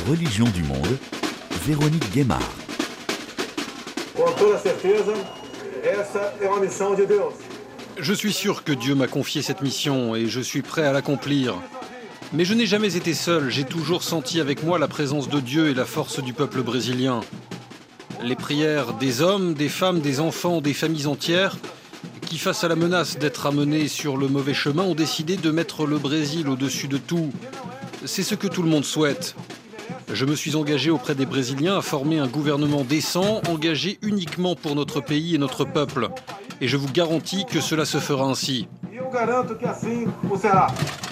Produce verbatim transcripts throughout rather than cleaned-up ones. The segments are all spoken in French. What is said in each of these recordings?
religions du monde, Véronique Guémard. Com toda certeza, essa é uma missão de Deus. Je suis sûr que Dieu m'a confié cette mission et je suis prêt à l'accomplir. Mais je n'ai jamais été seul, j'ai toujours senti avec moi la présence de Dieu et la force du peuple brésilien. Les prières des hommes, des femmes, des enfants, des familles entières qui, face à la menace d'être amenés sur le mauvais chemin, ont décidé de mettre le Brésil au-dessus de tout. C'est ce que tout le monde souhaite. Je me suis engagé auprès des Brésiliens à former un gouvernement décent, engagé uniquement pour notre pays et notre peuple. Et je vous garantis que cela se fera ainsi. E eu garanto que assim o será.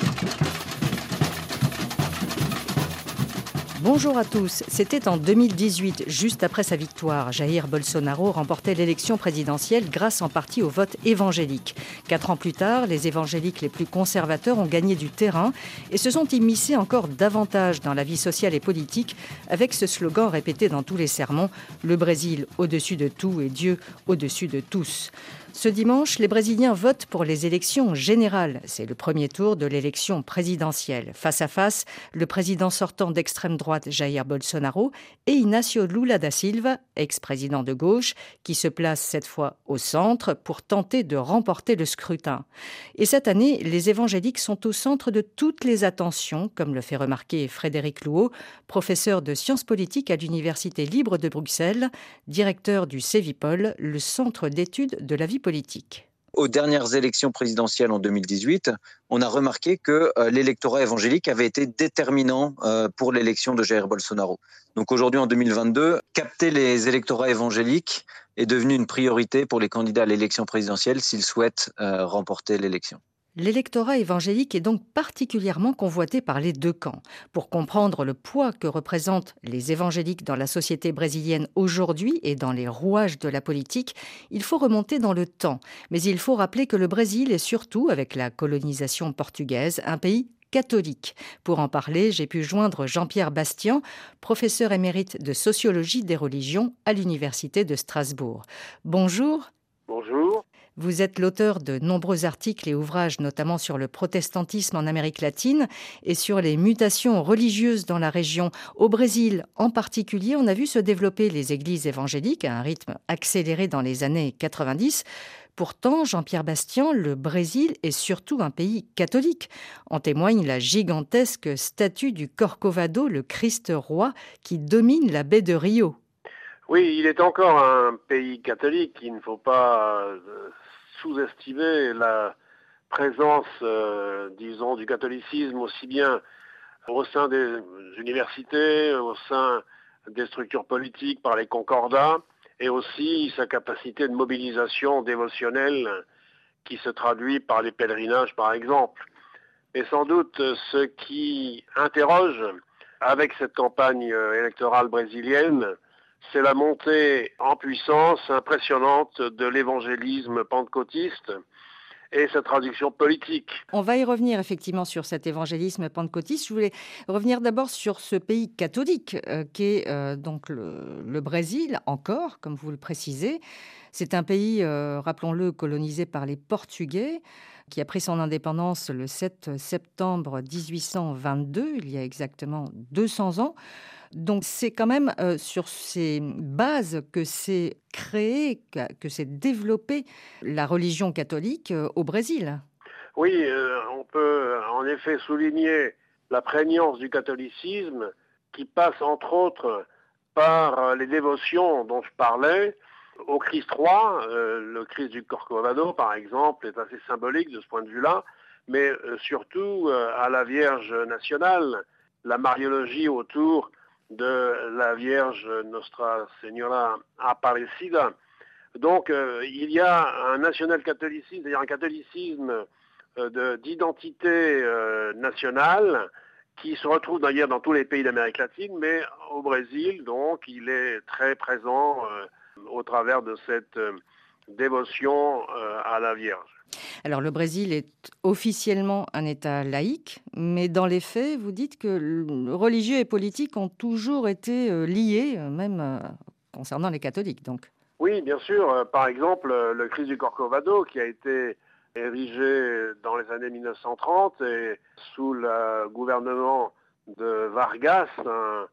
Bonjour à tous. C'était en deux mille dix-huit, juste après sa victoire. Jair Bolsonaro remportait l'élection présidentielle grâce en partie au vote évangélique. Quatre ans plus tard, les évangéliques les plus conservateurs ont gagné du terrain et se sont immiscés encore davantage dans la vie sociale et politique avec ce slogan répété dans tous les sermons « Le Brésil au-dessus de tout et Dieu au-dessus de tous ». Ce dimanche, les Brésiliens votent pour les élections générales. C'est le premier tour de l'élection présidentielle. Face à face, le président sortant d'extrême droite Jair Bolsonaro et Inácio Lula da Silva, ex-président de gauche, qui se place cette fois au centre pour tenter de remporter le scrutin. Et cette année, les évangéliques sont au centre de toutes les attentions, comme le fait remarquer Frédéric Louot, professeur de sciences politiques à l'Université libre de Bruxelles, directeur du CEVIPOL, le centre d'études de la vie politique. Politique. Aux dernières élections présidentielles en deux mille dix-huit, on a remarqué que euh, l'électorat évangélique avait été déterminant euh, pour l'élection de Jair Bolsonaro. Donc aujourd'hui, en deux mille vingt-deux, capter les électorats évangéliques est devenu une priorité pour les candidats à l'élection présidentielle s'ils souhaitent euh, remporter l'élection. L'électorat évangélique est donc particulièrement convoité par les deux camps. Pour comprendre le poids que représentent les évangéliques dans la société brésilienne aujourd'hui et dans les rouages de la politique, il faut remonter dans le temps. Mais il faut rappeler que le Brésil est surtout, avec la colonisation portugaise, un pays catholique. Pour en parler, j'ai pu joindre Jean-Pierre Bastian, professeur émérite de sociologie des religions à l'Université de Strasbourg. Bonjour. Bonjour. Vous êtes l'auteur de nombreux articles et ouvrages, notamment sur le protestantisme en Amérique latine et sur les mutations religieuses dans la région. Au Brésil, en particulier, on a vu se développer les églises évangéliques à un rythme accéléré dans les années quatre-vingt-dix. Pourtant, Jean-Pierre Bastian, le Brésil est surtout un pays catholique. En témoigne la gigantesque statue du Corcovado, le Christ roi, qui domine la baie de Rio. Oui, il est encore un pays catholique. Il ne faut pas euh, sous-estimer la présence, euh, disons, du catholicisme aussi bien au sein des universités, au sein des structures politiques par les concordats, et aussi sa capacité de mobilisation dévotionnelle qui se traduit par les pèlerinages, par exemple. Mais sans doute, ce qui interroge avec cette campagne électorale brésilienne, c'est la montée en puissance impressionnante de l'évangélisme pentecôtiste et sa traduction politique. On va y revenir effectivement sur cet évangélisme pentecôtiste. Je voulais revenir d'abord sur ce pays catholique euh, qu'est euh, donc le, le Brésil, encore, comme vous le précisez. C'est un pays, euh, rappelons-le, colonisé par les Portugais, qui a pris son indépendance le sept septembre dix-huit cent vingt-deux, il y a exactement deux cents ans. Donc c'est quand même euh, sur ces bases que s'est créée, que s'est développée la religion catholique euh, au Brésil. Oui, euh, on peut en effet souligner la prégnance du catholicisme qui passe entre autres par les dévotions dont je parlais. Au Christ roi, euh, le Christ du Corcovado par exemple est assez symbolique de ce point de vue-là, mais euh, surtout euh, à la Vierge nationale, la mariologie autour de la Vierge Nostra Señora Aparecida. Donc euh, il y a un national-catholicisme, c'est-à-dire un catholicisme euh, de, d'identité euh, nationale qui se retrouve d'ailleurs dans tous les pays d'Amérique latine, mais au Brésil, donc, il est très présent euh, au travers de cette euh, dévotion euh, à la Vierge. Alors le Brésil est officiellement un État laïque, mais dans les faits, vous dites que le religieux et politique ont toujours été euh, liés, euh, même euh, concernant les catholiques, donc. Oui, bien sûr. Euh, par exemple, euh, le Christ du Corcovado, qui a été érigé dans les années mille neuf cent trente et sous le gouvernement de Vargas, un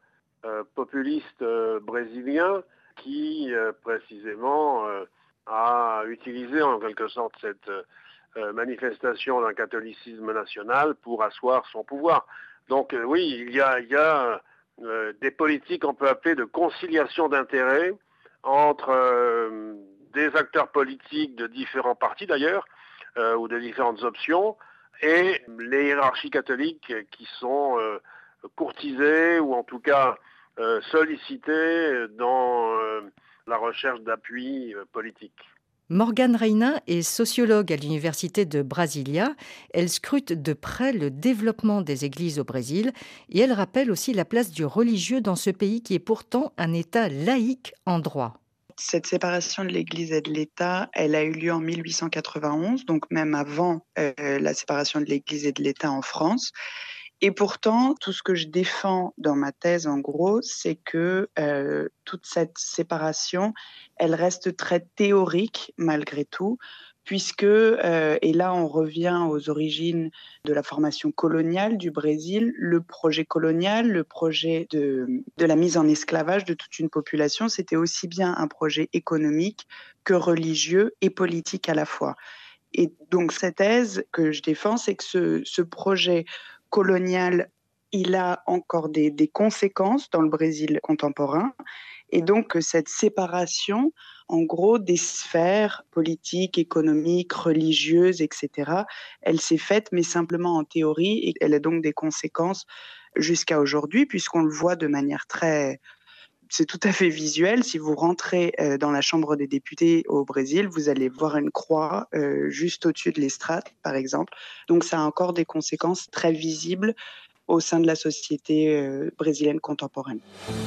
euh, populiste euh, brésilien qui euh, précisément euh, a utilisé en quelque sorte cette euh, manifestation d'un catholicisme national pour asseoir son pouvoir. Donc euh, oui, il y a, il y a euh, des politiques qu'on peut appeler de conciliation d'intérêts entre euh, des acteurs politiques de différents partis d'ailleurs, euh, ou de différentes options, et les hiérarchies catholiques qui sont euh, courtisées ou en tout cas euh, sollicitées dans euh, la recherche d'appui euh, politique. Morgane Reyna est sociologue à l'université de Brasilia. Elle scrute de près le développement des églises au Brésil et elle rappelle aussi la place du religieux dans ce pays qui est pourtant un État laïque en droit. Cette séparation de l'Église et de l'État, elle a eu lieu en mille huit cent quatre-vingt-onze, donc même avant euh, la séparation de l'Église et de l'État en France. Et pourtant, tout ce que je défends dans ma thèse, en gros, c'est que euh, toute cette séparation, elle reste très théorique malgré tout, puisque, euh, et là on revient aux origines de la formation coloniale du Brésil, le projet colonial, le projet de, de la mise en esclavage de toute une population, c'était aussi bien un projet économique que religieux et politique à la fois. Et donc cette thèse que je défends, c'est que ce, ce projet colonial, il a encore des, des conséquences dans le Brésil contemporain. Et donc, cette séparation, en gros, des sphères politiques, économiques, religieuses, et cetera, elle s'est faite, mais simplement en théorie, et elle a donc des conséquences jusqu'à aujourd'hui, puisqu'on le voit de manière très... C'est tout à fait visuel. Si vous rentrez dans la Chambre des députés au Brésil, vous allez voir une croix euh, juste au-dessus de l'estrade, par exemple. Donc, ça a encore des conséquences très visibles au sein de la société euh, brésilienne contemporaine.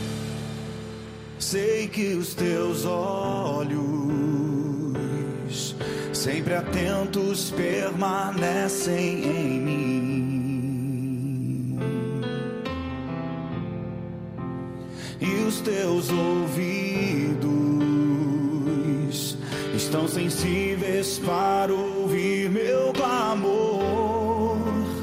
Sei que os teus olhos, sempre atentos, permanecem em mim, e os teus ouvidos estão sensíveis para ouvir meu clamor.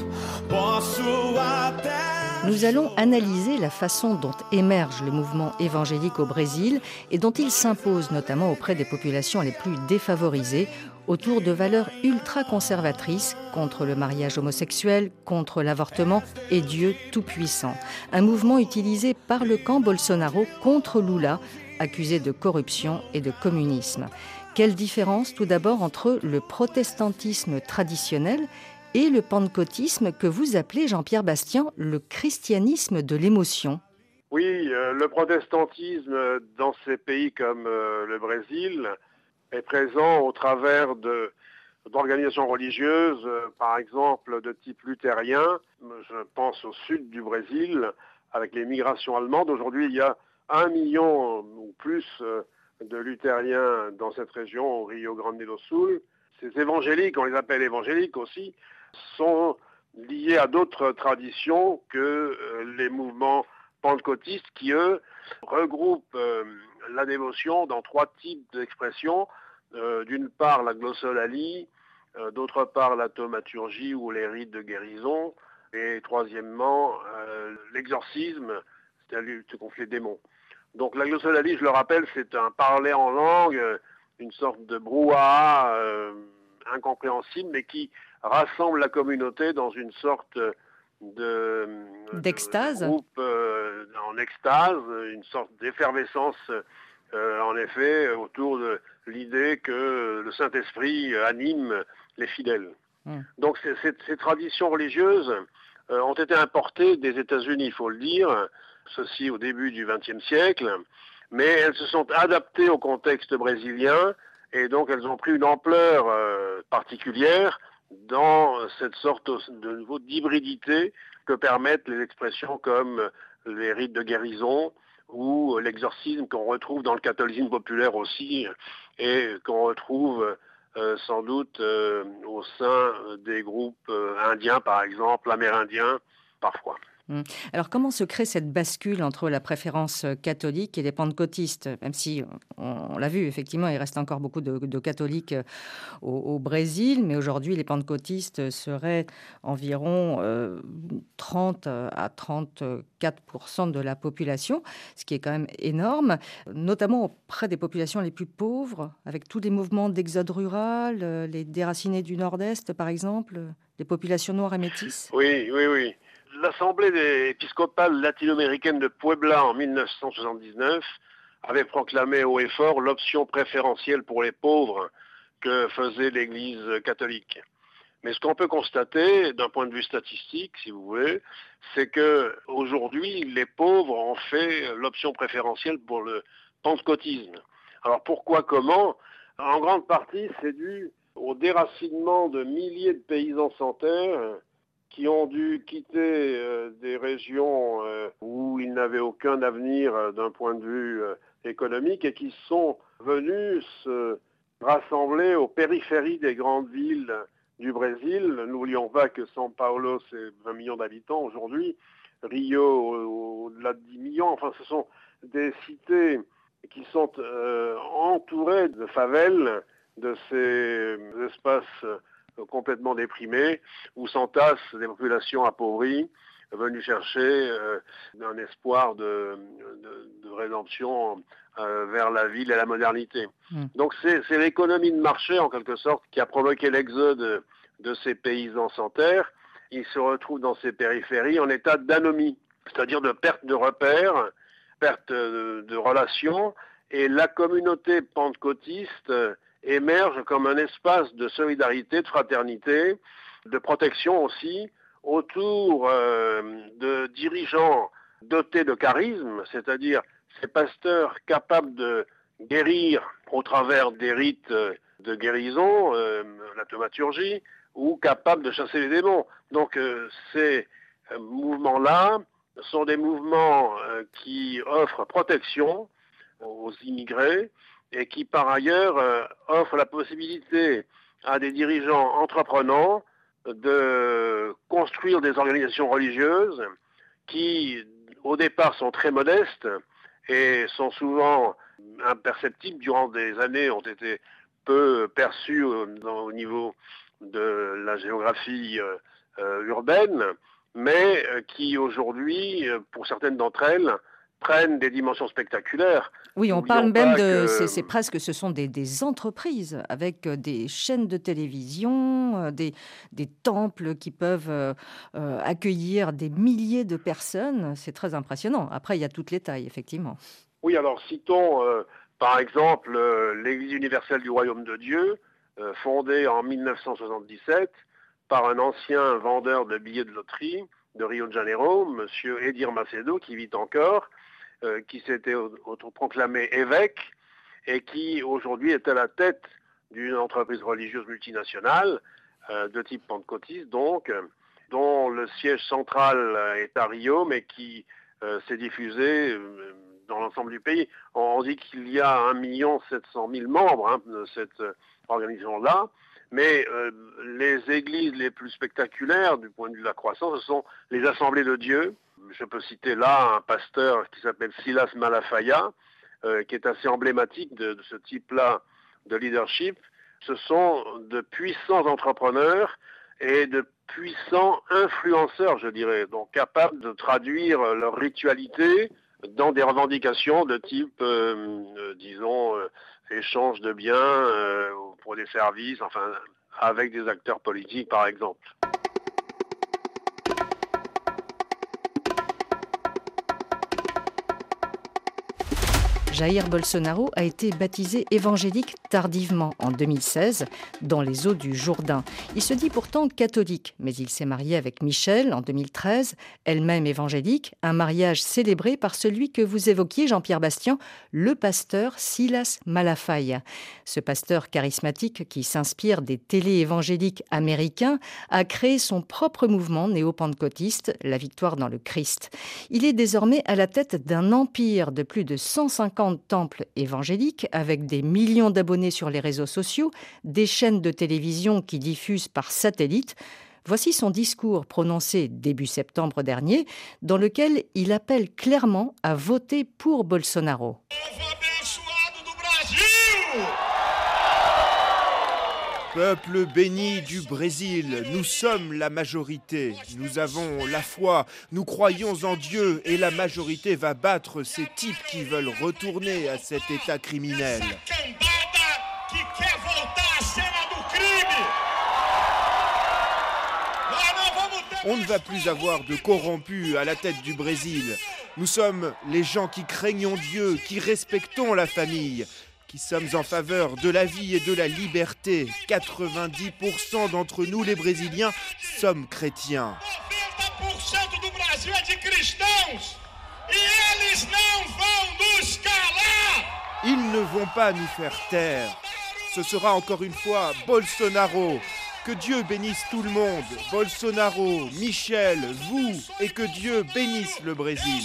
Posso até... Nous allons analyser la façon dont émerge le mouvement évangélique au Brésil et dont il s'impose notamment auprès des populations les plus défavorisées autour de valeurs ultra-conservatrices contre le mariage homosexuel, contre l'avortement et Dieu tout-puissant. Un mouvement utilisé par le camp Bolsonaro contre Lula, accusé de corruption et de communisme. Quelle différence tout d'abord entre le protestantisme traditionnel et le pentecôtisme que vous appelez, Jean-Pierre Bastian, le christianisme de l'émotion? Oui, euh, le protestantisme dans ces pays comme euh, le Brésil est présent au travers de, d'organisations religieuses, euh, par exemple de type luthérien. Je pense au sud du Brésil, avec les migrations allemandes. Aujourd'hui, il y a un million ou plus euh, de luthériens dans cette région, au Rio Grande do Sul. Ces évangéliques, on les appelle évangéliques aussi, sont liés à d'autres traditions que euh, les mouvements pentecôtistes qui, eux, regroupent euh, la dévotion dans trois types d'expressions. Euh, d'une part, la glossolalie, euh, d'autre part, la thaumaturgie ou les rites de guérison, et troisièmement, euh, l'exorcisme, c'est-à-dire la lutte contre les démons. Donc la glossolalie, je le rappelle, c'est un parler en langue, une sorte de brouhaha euh, incompréhensible, mais qui rassemble la communauté dans une sorte de, d'extase, de groupe euh, en extase, une sorte d'effervescence, euh, en effet, autour de l'idée que le Saint-Esprit anime les fidèles. Mmh. Donc ces, ces, ces traditions religieuses euh, ont été importées des États-Unis, il faut le dire, ceci au début du vingtième siècle, mais elles se sont adaptées au contexte brésilien et donc elles ont pris une ampleur euh, particulière dans cette sorte de nouveau d'hybridité que permettent les expressions comme les rites de guérison ou l'exorcisme qu'on retrouve dans le catholicisme populaire aussi et qu'on retrouve euh, sans doute euh, au sein des groupes euh, indiens par exemple, amérindiens parfois. Mmh. Alors comment se crée cette bascule entre la préférence catholique et les pentecôtistes? Même si, on, on l'a vu, effectivement, il reste encore beaucoup de, de catholiques au, au Brésil, mais aujourd'hui, les pentecôtistes seraient environ euh, trente à trente-quatre pour cent de la population, ce qui est quand même énorme, notamment auprès des populations les plus pauvres, avec tous les mouvements d'exode rural, les déracinés du Nord-Est, par exemple, les populations noires et métisses. Oui, oui, oui. L'Assemblée épiscopale latino-américaine de Puebla en dix-neuf cent soixante-dix-neuf avait proclamé haut et fort l'option préférentielle pour les pauvres que faisait l'Église catholique. Mais ce qu'on peut constater, d'un point de vue statistique, si vous voulez, c'est que aujourd'hui, les pauvres ont fait l'option préférentielle pour le pentecôtisme. Alors pourquoi, comment? En grande partie, c'est dû au déracinement de milliers de paysans sans terre qui ont dû quitter euh, des régions euh, où ils n'avaient aucun avenir euh, d'un point de vue euh, économique et qui sont venus se rassembler aux périphéries des grandes villes du Brésil. N'oublions pas que São Paulo, c'est vingt millions d'habitants aujourd'hui, Rio, au-delà de dix millions. Enfin, ce sont des cités qui sont euh, entourées de favelles, de ces espaces complètement déprimés, où s'entassent des populations appauvries, venues chercher euh, un espoir de, de, de rédemption euh, vers la ville et la modernité. Mmh. Donc c'est, c'est l'économie de marché, en quelque sorte, qui a provoqué l'exode de ces paysans sans terre. Ils se retrouvent dans ces périphéries en état d'anomie, c'est-à-dire de perte de repères, perte de, de relations, et la communauté pentecôtiste émerge comme un espace de solidarité, de fraternité, de protection aussi, autour euh, de dirigeants dotés de charisme, c'est-à-dire ces pasteurs capables de guérir au travers des rites de guérison, euh, la thaumaturgie, ou capables de chasser les démons. Donc euh, ces euh, mouvements-là sont des mouvements euh, qui offrent protection aux immigrés, et qui par ailleurs euh, offre la possibilité à des dirigeants entreprenants de construire des organisations religieuses qui au départ sont très modestes et sont souvent imperceptibles, durant des années ont été peu perçues au, au niveau de la géographie euh, euh, urbaine, mais euh, qui aujourd'hui, pour certaines d'entre elles, prennent des dimensions spectaculaires. Oui, on parle même de... Que... C'est, c'est presque, ce sont des, des entreprises avec des chaînes de télévision, des, des temples qui peuvent euh, accueillir des milliers de personnes. C'est très impressionnant. Après, il y a toutes les tailles, effectivement. Oui, alors citons euh, par exemple euh, l'Église universelle du Royaume de Dieu, euh, fondée en dix-neuf cent soixante-dix-sept par un ancien vendeur de billets de loterie de Rio de Janeiro, M. Edir Macedo, qui vit encore, Euh, qui s'était autoproclamé évêque et qui aujourd'hui est à la tête d'une entreprise religieuse multinationale euh, de type pentecôtiste, donc, euh, dont le siège central euh, est à Rio, mais qui euh, s'est diffusé euh, dans l'ensemble du pays. On, on dit qu'il y a un million sept cent mille membres hein, de cette euh, organisation-là, mais euh, les églises les plus spectaculaires du point de vue de la croissance, ce sont les assemblées de Dieu. Je peux citer là un pasteur qui s'appelle Silas Malafaia, euh, qui est assez emblématique de, de ce type-là de leadership. Ce sont de puissants entrepreneurs et de puissants influenceurs, je dirais, donc capables de traduire leur ritualité dans des revendications de type, euh, euh, disons, euh, échange de biens euh, pour des services, enfin, avec des acteurs politiques, par exemple. Jair Bolsonaro a été baptisé évangélique tardivement, en deux mille seize, dans les eaux du Jourdain. Il se dit pourtant catholique, mais il s'est marié avec Michelle en deux mille treize, elle-même évangélique, un mariage célébré par celui que vous évoquiez, Jean-Pierre Bastian, le pasteur Silas Malafaia. Ce pasteur charismatique qui s'inspire des télé-évangéliques américains a créé son propre mouvement néo-pentecôtiste, la victoire dans le Christ. Il est désormais à la tête d'un empire de plus de cent cinquante temples évangéliques avec des millions d'abonnés sur les réseaux sociaux, des chaînes de télévision qui diffusent par satellite. Voici son discours prononcé début septembre dernier, dans lequel il appelle clairement à voter pour Bolsonaro. Peuple béni du Brésil, nous sommes la majorité, nous avons la foi, nous croyons en Dieu et la majorité va battre ces types qui veulent retourner à cet état criminel. On ne va plus avoir de corrompus à la tête du Brésil. Nous sommes les gens qui craignons Dieu, qui respectons la famille, qui sommes en faveur de la vie et de la liberté. quatre-vingt-dix pour cent d'entre nous, les Brésiliens, sommes chrétiens. Ils ne vont pas nous faire taire. Ce sera encore une fois Bolsonaro. Que Dieu bénisse tout le monde. Bolsonaro, Michel, vous, et que Dieu bénisse le Brésil.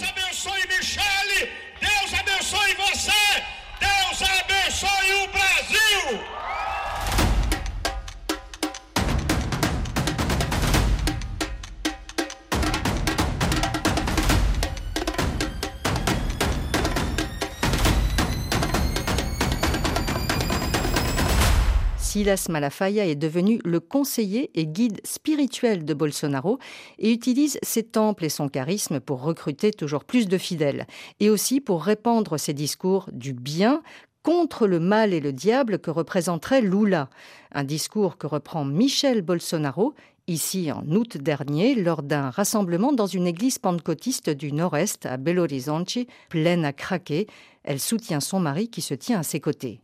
Silas Malafaia est devenu le conseiller et guide spirituel de Bolsonaro et utilise ses temples et son charisme pour recruter toujours plus de fidèles et aussi pour répandre ses discours du bien contre le mal et le diable que représenterait Lula. Un discours que reprend Michel Bolsonaro ici en août dernier lors d'un rassemblement dans une église pentecôtiste du Nord-Est à Belo Horizonte, pleine à craquer. Elle soutient son mari qui se tient à ses côtés.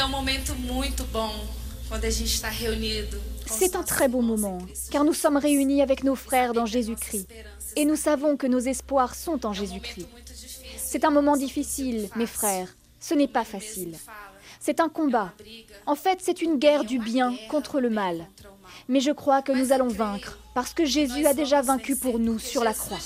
C'est un très beau moment, car nous sommes réunis avec nos frères dans Jésus-Christ. Et nous savons que nos espoirs sont en Jésus-Christ. C'est un moment difficile, mes frères. Ce n'est pas facile. C'est un combat. En fait, c'est une guerre du bien contre le mal. Mais je crois que nous allons vaincre, parce que Jésus a déjà vaincu pour nous sur la croix.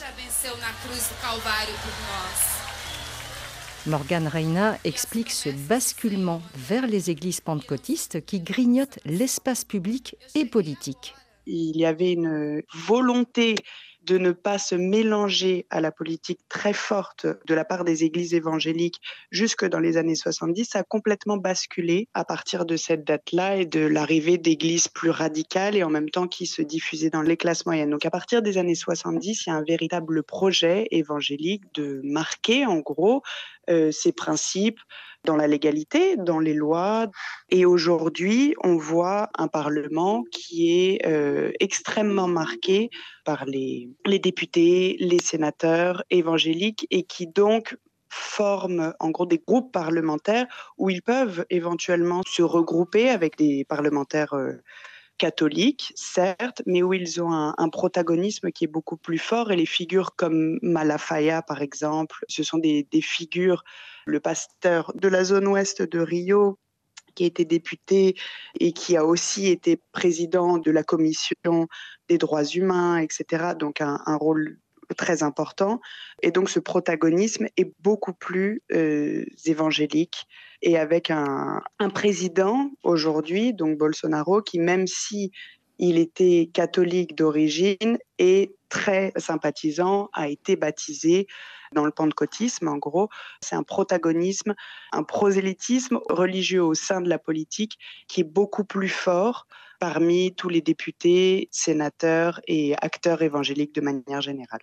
Morgane Reina explique ce basculement vers les églises pentecôtistes qui grignotent l'espace public et politique. Il y avait une volonté de ne pas se mélanger à la politique très forte de la part des églises évangéliques jusque dans les années soixante-dix. Ça a complètement basculé à partir de cette date-là et de l'arrivée d'églises plus radicales et en même temps qui se diffusaient dans les classes moyennes. Donc à partir des années soixante-dix, il y a un véritable projet évangélique de marquer en gros euh, ces principes dans la légalité, dans les lois. Et aujourd'hui, on voit un Parlement qui est euh, extrêmement marqué par les, les députés, les sénateurs évangéliques et qui donc forment en gros des groupes parlementaires où ils peuvent éventuellement se regrouper avec des parlementaires euh, catholiques, certes, mais où ils ont un, un protagonisme qui est beaucoup plus fort. Et les figures comme Malafaia, par exemple, ce sont des, des figures, le pasteur de la zone ouest de Rio, qui a été député et qui a aussi été président de la commission des droits humains, et cetera. Donc un, un rôle très important. Et donc ce protagonisme est beaucoup plus euh, évangélique et avec un, un président aujourd'hui, donc Bolsonaro, qui même si il était catholique d'origine est très sympathisant, a été baptisé dans le pentecôtisme, en gros. C'est un protagonisme, un prosélytisme religieux au sein de la politique qui est beaucoup plus fort parmi tous les députés, sénateurs et acteurs évangéliques de manière générale.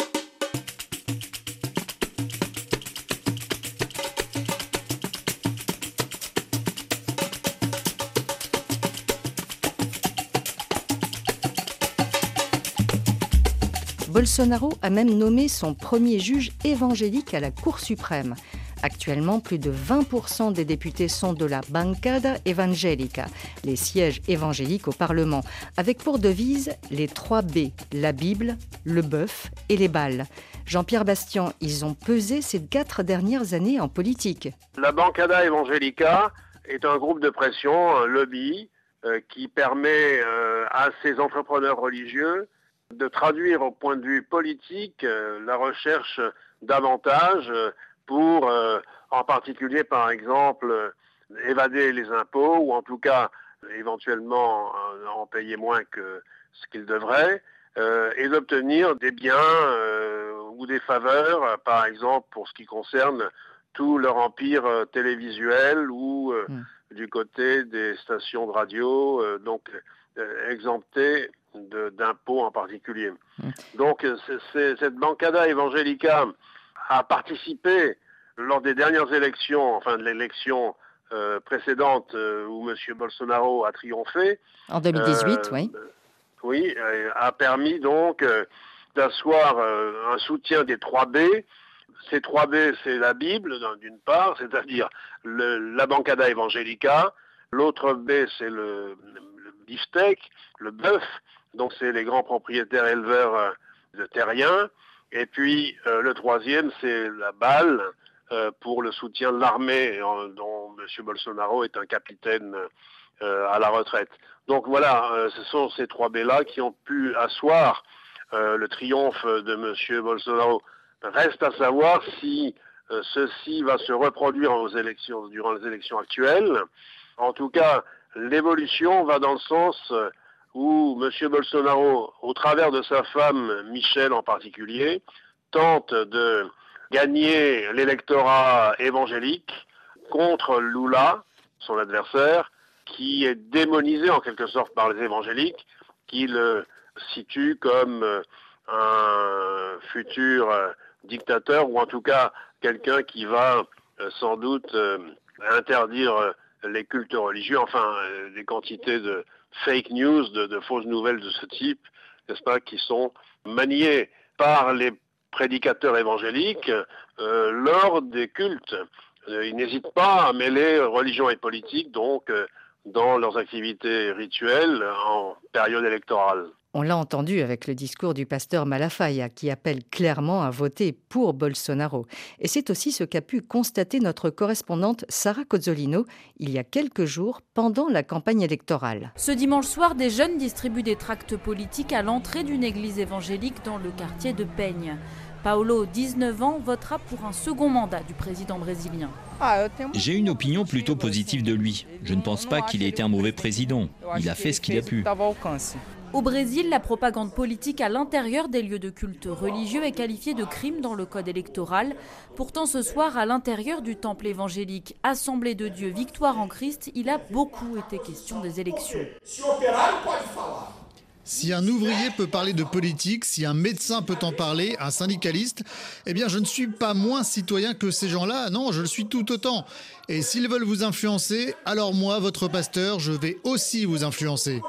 Bolsonaro a même nommé son premier juge évangélique à la Cour suprême. Actuellement, plus de vingt pour cent des députés sont de la Bancada Evangélica, les sièges évangéliques au Parlement, avec pour devise les trois B, la Bible, le bœuf et les balles. Jean-Pierre Bastian, ils ont pesé ces quatre dernières années en politique. La Bancada Evangélica est un groupe de pression, un lobby, euh, qui permet euh, à ces entrepreneurs religieux de traduire au point de vue politique euh, la recherche d'avantages euh, pour, euh, en particulier par exemple, euh, évader les impôts ou en tout cas éventuellement euh, en payer moins que, ce qu'il devrait, euh, et d'obtenir des biens euh, ou des faveurs, euh, par exemple pour ce qui concerne tout leur empire euh, télévisuel ou euh, mmh. du côté des stations de radio, euh, donc euh, exemptées de, d'impôts en particulier. Mmh. Donc c'est, c'est, cette Bancada Evangelica a participé lors des dernières élections, enfin de l'élection euh, précédente euh, où M. Bolsonaro a triomphé. En deux mille dix-huit, euh, oui. Oui, euh, a permis donc euh, d'asseoir euh, un soutien des trois B. Ces trois B, c'est la Bible, d'une part, c'est-à-dire le, la Bancada Evangelica. L'autre B, c'est le, le beefsteak, le bœuf. Donc c'est les grands propriétaires éleveurs euh, de terriens. Et puis euh, le troisième, c'est la balle euh, pour le soutien de l'armée, euh, dont M. Bolsonaro est un capitaine euh, à la retraite. Donc voilà, euh, ce sont ces trois B-là qui ont pu asseoir euh, le triomphe de M. Bolsonaro. Reste à savoir si euh, ceci va se reproduire aux élections, durant les élections actuelles. En tout cas, l'évolution va dans le sens euh, où M. Bolsonaro, au travers de sa femme, Michelle en particulier, tente de gagner l'électorat évangélique contre Lula, son adversaire, qui est démonisé en quelque sorte par les évangéliques, qui le situe comme euh, un futur euh, dictateur, ou en tout cas quelqu'un qui va euh, sans doute euh, interdire euh, les cultes religieux, enfin euh, des quantités de fake news, de, de fausses nouvelles de ce type, n'est-ce pas, qui sont maniées par les prédicateurs évangéliques euh, lors des cultes. Euh, ils n'hésitent pas à mêler religion et politique, donc euh, dans leurs activités rituelles en période électorale. On l'a entendu avec le discours du pasteur Malafaia qui appelle clairement à voter pour Bolsonaro. Et c'est aussi ce qu'a pu constater notre correspondante Sarah Cozzolino il y a quelques jours pendant la campagne électorale. Ce dimanche soir, des jeunes distribuent des tracts politiques à l'entrée d'une église évangélique dans le quartier de Peigne. Paulo, dix-neuf ans, votera pour un second mandat du président brésilien. J'ai une opinion plutôt positive de lui. Je ne pense pas qu'il ait été un mauvais président. Il a fait ce qu'il a pu. Au Brésil, la propagande politique à l'intérieur des lieux de culte religieux est qualifiée de crime dans le code électoral. Pourtant, ce soir, à l'intérieur du temple évangélique Assemblée de Dieu Victoire en Christ, il a beaucoup été question des élections. Si un ouvrier peut parler de politique, si un médecin peut en parler, un syndicaliste, eh bien je ne suis pas moins citoyen que ces gens-là, non, je le suis tout autant. Et s'ils veulent vous influencer, alors moi, votre pasteur, je vais aussi vous influencer.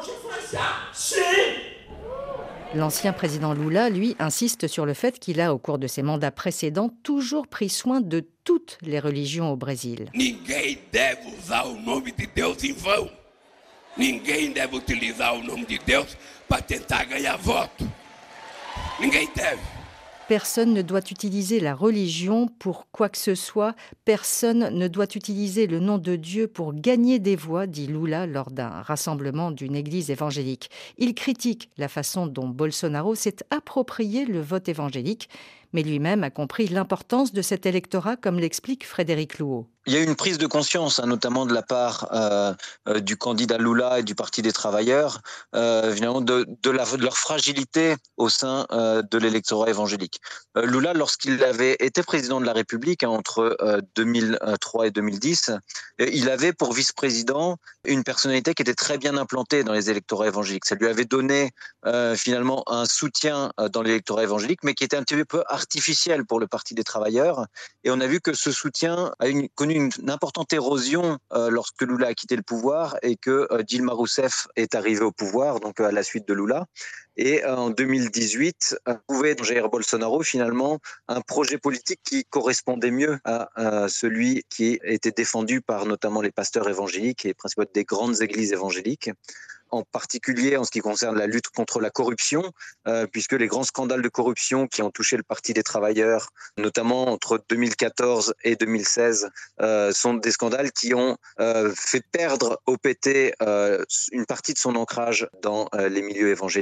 L'ancien président Lula, lui, insiste sur le fait qu'il a, au cours de ses mandats précédents, toujours pris soin de toutes les religions au Brésil. Ninguém deve usar o nome de Deus em vão. Ninguém deve utilizar o nome de Deus para tentar ganhar voto. Ninguém deve. Personne ne doit utiliser la religion pour quoi que ce soit. Personne ne doit utiliser le nom de Dieu pour gagner des voix, dit Lula lors d'un rassemblement d'une église évangélique. Il critique la façon dont Bolsonaro s'est approprié le vote évangélique, mais lui-même a compris l'importance de cet électorat, comme l'explique Frédéric Louot. Il y a eu une prise de conscience, hein, notamment de la part euh, euh, du candidat Lula et du Parti des travailleurs, euh, finalement de, de, la, de leur fragilité au sein euh, de l'électorat évangélique. Euh, Lula, lorsqu'il avait été président de la République hein, entre euh, deux mille trois et deux mille dix, euh, il avait pour vice-président une personnalité qui était très bien implantée dans les électorats évangéliques. Ça lui avait donné euh, finalement un soutien euh, dans l'électorat évangélique, mais qui était un petit peu artificiel pour le Parti des travailleurs. Et on a vu que ce soutien a une, connu une importante érosion euh, lorsque Lula a quitté le pouvoir et que euh, Dilma Rousseff est arrivée au pouvoir, donc euh, à la suite de Lula. Et euh, en deux mille dix-huit, euh, trouvait dans Jair Bolsonaro finalement un projet politique qui correspondait mieux à, à celui qui était défendu par notamment les pasteurs évangéliques et principalement des grandes églises évangéliques, en particulier en ce qui concerne la lutte contre la corruption, euh, puisque les grands scandales de corruption qui ont touché le Parti des travailleurs, notamment entre deux mille quatorze et deux mille seize, euh, sont des scandales qui ont euh, fait perdre au P T euh, une partie de son ancrage dans euh, les milieux évangéliques.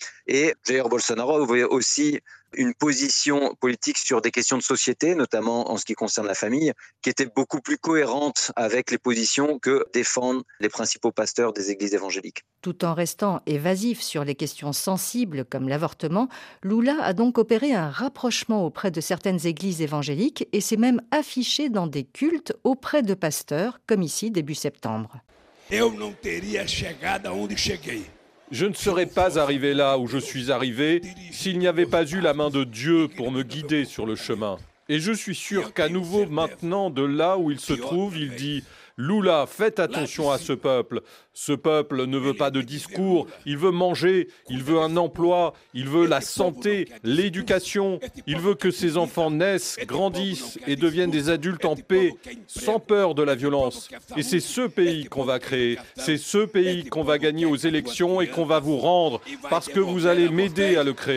Et Jair Bolsonaro avait aussi une position politique sur des questions de société, notamment en ce qui concerne la famille, qui était beaucoup plus cohérente avec les positions que défendent les principaux pasteurs des églises évangéliques. Tout en restant évasif sur les questions sensibles comme l'avortement, Lula a donc opéré un rapprochement auprès de certaines églises évangéliques et s'est même affiché dans des cultes auprès de pasteurs, comme ici début septembre. Eu não teria chegado aonde cheguei. Je ne serais pas arrivé là où je suis arrivé s'il n'y avait pas eu la main de Dieu pour me guider sur le chemin. Et je suis sûr qu'à nouveau maintenant, de là où il se trouve, il dit « Lula, faites attention à ce peuple. Ce peuple ne veut pas de discours, il veut manger, il veut un emploi, il veut la santé, l'éducation. Il veut que ses enfants naissent, grandissent et deviennent des adultes en paix, sans peur de la violence. Et c'est ce pays qu'on va créer, c'est ce pays qu'on va gagner aux élections et qu'on va vous rendre, parce que vous allez m'aider à le créer. »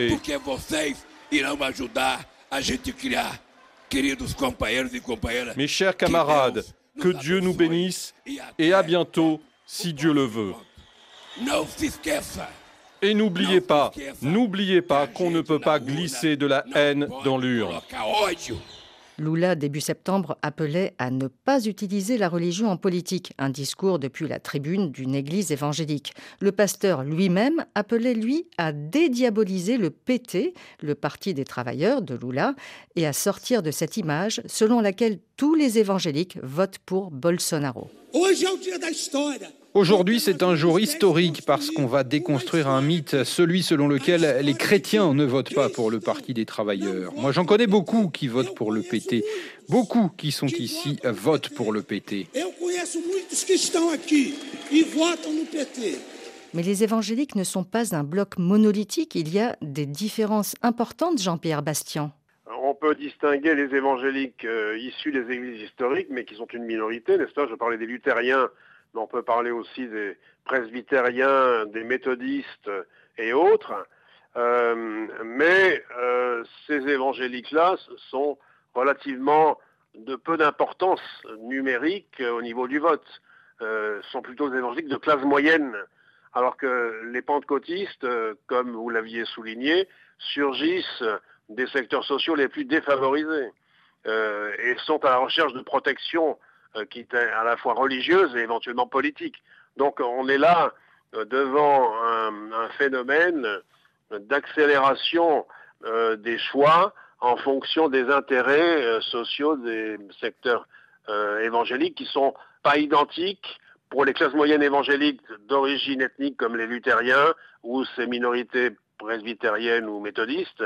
Mes chers camarades, que Dieu nous bénisse et à bientôt, si Dieu le veut. Et n'oubliez pas, n'oubliez pas qu'on ne peut pas glisser de la haine dans l'urne. Lula, début septembre, appelait à ne pas utiliser la religion en politique, un discours depuis la tribune d'une église évangélique. Le pasteur lui-même appelait, lui, à dédiaboliser le P T, le Parti des travailleurs de Lula, et à sortir de cette image selon laquelle tous les évangéliques votent pour Bolsonaro. Aujourd'hui, c'est un jour historique parce qu'on va déconstruire un mythe, celui selon lequel les chrétiens ne votent pas pour le Parti des travailleurs. Moi, j'en connais beaucoup qui votent pour le P T. Beaucoup qui sont ici votent pour le P T. Mais les évangéliques ne sont pas un bloc monolithique. Il y a des différences importantes, Jean-Pierre Bastian. On peut distinguer les évangéliques euh, issus des églises historiques, mais qui sont une minorité, n'est-ce pas ? Je parlais des luthériens, mais on peut parler aussi des presbytériens, des méthodistes et autres. Euh, mais euh, ces évangéliques-là sont relativement de peu d'importance numérique au niveau du vote. Euh, sont plutôt des évangéliques de classe moyenne, alors que les pentecôtistes, euh, comme vous l'aviez souligné, surgissent des secteurs sociaux les plus défavorisés euh, et sont à la recherche de protection euh, qui est à la fois religieuse et éventuellement politique. Donc on est là euh, devant un, un phénomène d'accélération euh, des choix en fonction des intérêts euh, sociaux des secteurs euh, évangéliques qui sont pas identiques pour les classes moyennes évangéliques d'origine ethnique comme les luthériens ou ces minorités presbytériennes ou méthodistes,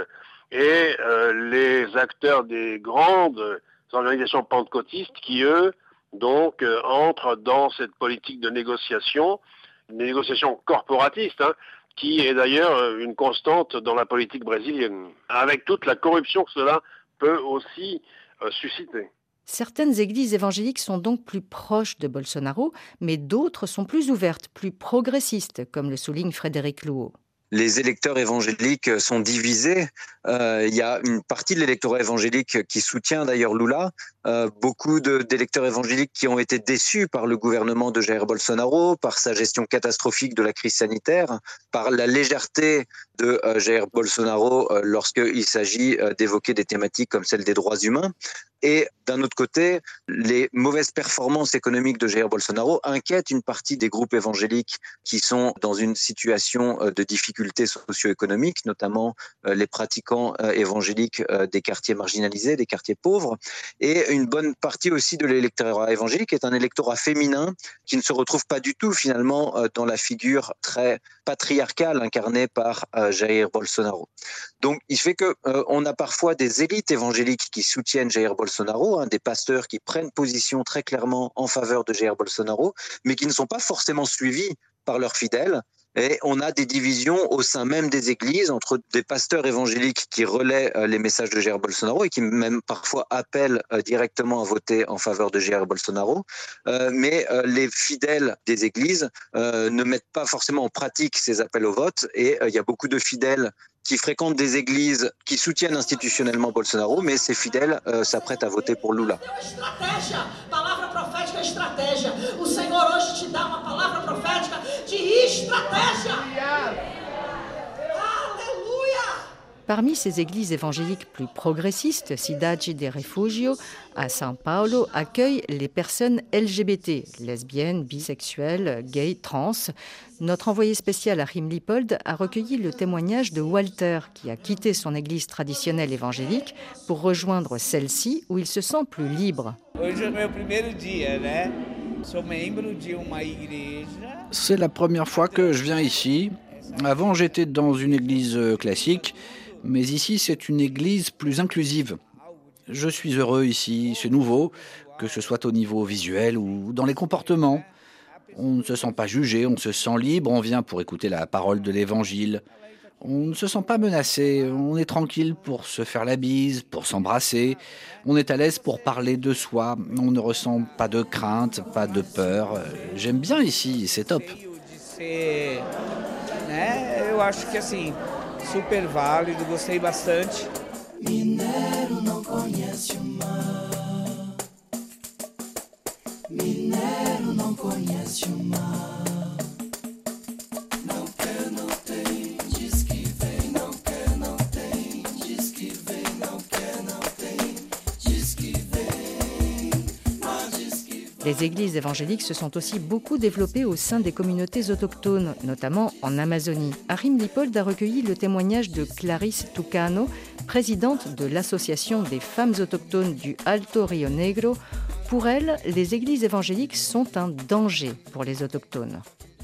et euh, les acteurs des grandes organisations pentecôtistes qui, eux, donc, euh, entrent dans cette politique de négociation, une négociation corporatiste, hein, qui est d'ailleurs une constante dans la politique brésilienne, avec toute la corruption que cela peut aussi euh, susciter. Certaines églises évangéliques sont donc plus proches de Bolsonaro, mais d'autres sont plus ouvertes, plus progressistes, comme le souligne Frédéric Louot. Les électeurs évangéliques sont divisés. Euh, il y a une partie de l'électorat évangélique qui soutient d'ailleurs Lula. Euh, beaucoup de, d'électeurs évangéliques qui ont été déçus par le gouvernement de Jair Bolsonaro, par sa gestion catastrophique de la crise sanitaire, par la légèreté de euh, Jair Bolsonaro euh, lorsqu'il s'agit euh, d'évoquer des thématiques comme celle des droits humains. Et d'un autre côté, les mauvaises performances économiques de Jair Bolsonaro inquiètent une partie des groupes évangéliques qui sont dans une situation de difficulté socio-économique, notamment les pratiquants évangéliques des quartiers marginalisés, des quartiers pauvres. Et une bonne partie aussi de l'électorat évangélique est un électorat féminin qui ne se retrouve pas du tout finalement dans la figure très patriarcale incarnée par Jair Bolsonaro. Donc il fait que euh, on a parfois des élites évangéliques qui soutiennent Jair Bolsonaro, hein, des pasteurs qui prennent position très clairement en faveur de Jair Bolsonaro, mais qui ne sont pas forcément suivis par leurs fidèles. Et on a des divisions au sein même des églises entre des pasteurs évangéliques qui relaient euh, les messages de Jair Bolsonaro et qui même parfois appellent euh, directement à voter en faveur de Jair Bolsonaro. Euh, mais euh, les fidèles des églises euh, ne mettent pas forcément en pratique ces appels au vote. Et il euh, y a beaucoup de fidèles qui fréquentent des églises qui soutiennent institutionnellement Bolsonaro, mais ces fidèles euh, s'apprêtent à voter pour Lula. O Senhor hoje te dá uma palavra profética de estratégia. Parmi ces églises évangéliques plus progressistes, Cidade de Refugio, à São Paulo, accueille les personnes L G B T, lesbiennes, bisexuelles, gays, trans. Notre envoyé spécial Achim Lippold a recueilli le témoignage de Walter, qui a quitté son église traditionnelle évangélique pour rejoindre celle-ci où il se sent plus libre. C'est la première fois que je viens ici. Avant, j'étais dans une église classique, mais ici, c'est une église plus inclusive. Je suis heureux ici, c'est nouveau, que ce soit au niveau visuel ou dans les comportements. On ne se sent pas jugé, on se sent libre, on vient pour écouter la parole de l'Évangile. On ne se sent pas menacé, on est tranquille pour se faire la bise, pour s'embrasser. On est à l'aise pour parler de soi, on ne ressent pas de crainte, pas de peur. J'aime bien ici, c'est top. Eu acho que assim, super válido, gostei bastante. Mineiro não conhece o mar. Mineiro não conhece o mar. Não quer, não tem, diz que vem, não quer, não tem, diz que vem, não quer, não tem, diz que vem, mas diz que vem. Les églises évangéliques se sont aussi beaucoup développées au sein des communautés autochtones, notamment en Amazonie. Achim Lippold a recueilli le témoignage de Clarice Tucano, présidente de l'Association des femmes autochtones du Alto Rio Negro. Pour elle, les églises évangéliques sont un danger pour les autochtones.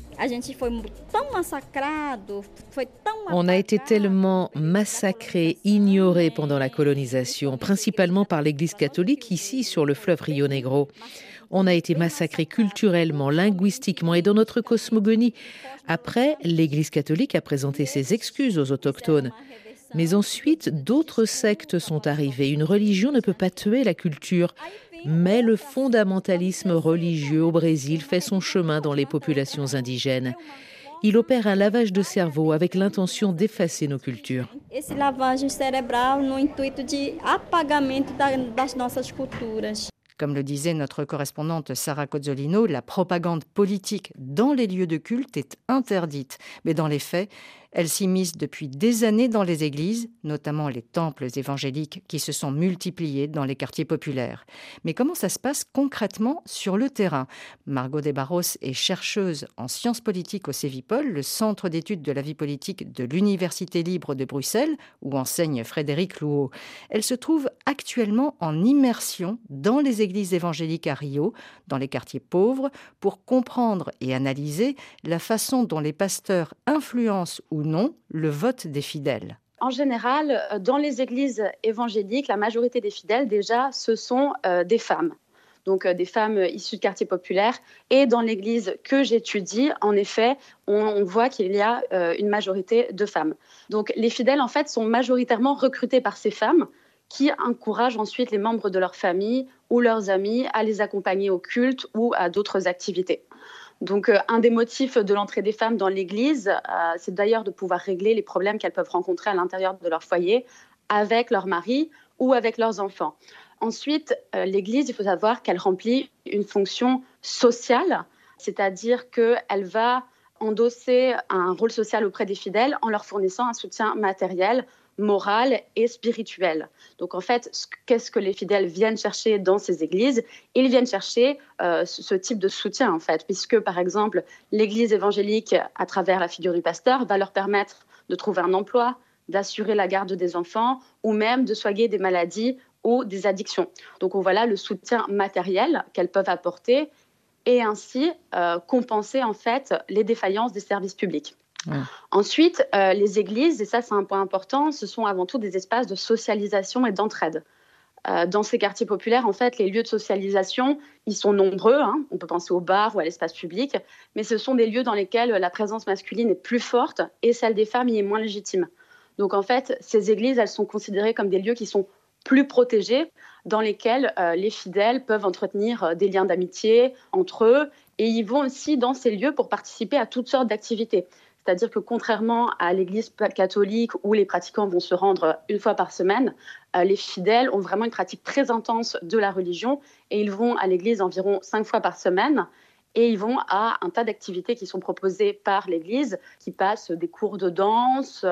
On a été tellement massacrés, ignorés pendant la colonisation, principalement par l'Église catholique ici sur le fleuve Rio Negro. On a été massacrés culturellement, linguistiquement et dans notre cosmogonie. Après, l'Église catholique a présenté ses excuses aux autochtones. Mais ensuite, d'autres sectes sont arrivées. Une religion ne peut pas tuer la culture. Mais le fondamentalisme religieux au Brésil fait son chemin dans les populations indigènes. Il opère un lavage de cerveau avec l'intention d'effacer nos cultures. Esse lavagem cerebral no intuito de apagamento das nossas culturas. Comme le disait notre correspondante Sarah Cozzolino, la propagande politique dans les lieux de culte est interdite. Mais dans les faits, elle s'immisce depuis des années dans les églises, notamment les temples évangéliques qui se sont multipliés dans les quartiers populaires. Mais comment ça se passe concrètement sur le terrain ? Margot Desbarros est chercheuse en sciences politiques au Cevipol, le centre d'études de la vie politique de l'Université libre de Bruxelles, où enseigne Frédéric Louot. Elle se trouve actuellement en immersion dans les églises évangéliques à Rio, dans les quartiers pauvres, pour comprendre et analyser la façon dont les pasteurs influencent ou non le vote des fidèles. En général, dans les églises évangéliques, la majorité des fidèles, déjà, ce sont euh, des femmes. Donc euh, des femmes issues de quartiers populaires. Et dans l'église que j'étudie, en effet, on, on voit qu'il y a euh, une majorité de femmes. Donc les fidèles, en fait, sont majoritairement recrutés par ces femmes qui encouragent ensuite les membres de leur famille ou leurs amis à les accompagner au culte ou à d'autres activités. Donc, euh, un des motifs de l'entrée des femmes dans l'Église, euh, c'est d'ailleurs de pouvoir régler les problèmes qu'elles peuvent rencontrer à l'intérieur de leur foyer avec leur mari ou avec leurs enfants. Ensuite, euh, l'Église, il faut savoir qu'elle remplit une fonction sociale, c'est-à-dire qu'elle va endosser un rôle social auprès des fidèles en leur fournissant un soutien matériel, moral et spirituel. Donc en fait, qu'est-ce que les fidèles viennent chercher dans ces églises ? Ils viennent chercher euh, ce type de soutien en fait, puisque par exemple, l'église évangélique, à travers la figure du pasteur, va leur permettre de trouver un emploi, d'assurer la garde des enfants ou même de soigner des maladies ou des addictions. Donc on voit là le soutien matériel qu'elles peuvent apporter et ainsi euh, compenser en fait les défaillances des services publics. Ouais. Ensuite, euh, les églises, et ça c'est un point important, ce sont avant tout des espaces de socialisation et d'entraide. Euh, dans ces quartiers populaires, en fait, les lieux de socialisation, ils sont nombreux, hein. On peut penser aux bars ou à l'espace public, mais ce sont des lieux dans lesquels la présence masculine est plus forte et celle des femmes y est moins légitime. Donc en fait, ces églises, elles sont considérées comme des lieux qui sont plus protégés, dans lesquels euh, les fidèles peuvent entretenir euh, des liens d'amitié entre eux, et ils vont aussi dans ces lieux pour participer à toutes sortes d'activités. C'est-à-dire que contrairement à l'église catholique où les pratiquants vont se rendre une fois par semaine, euh, les fidèles ont vraiment une pratique très intense de la religion et ils vont à l'église environ cinq fois par semaine et ils vont à un tas d'activités qui sont proposées par l'église, qui passent des cours de danse euh,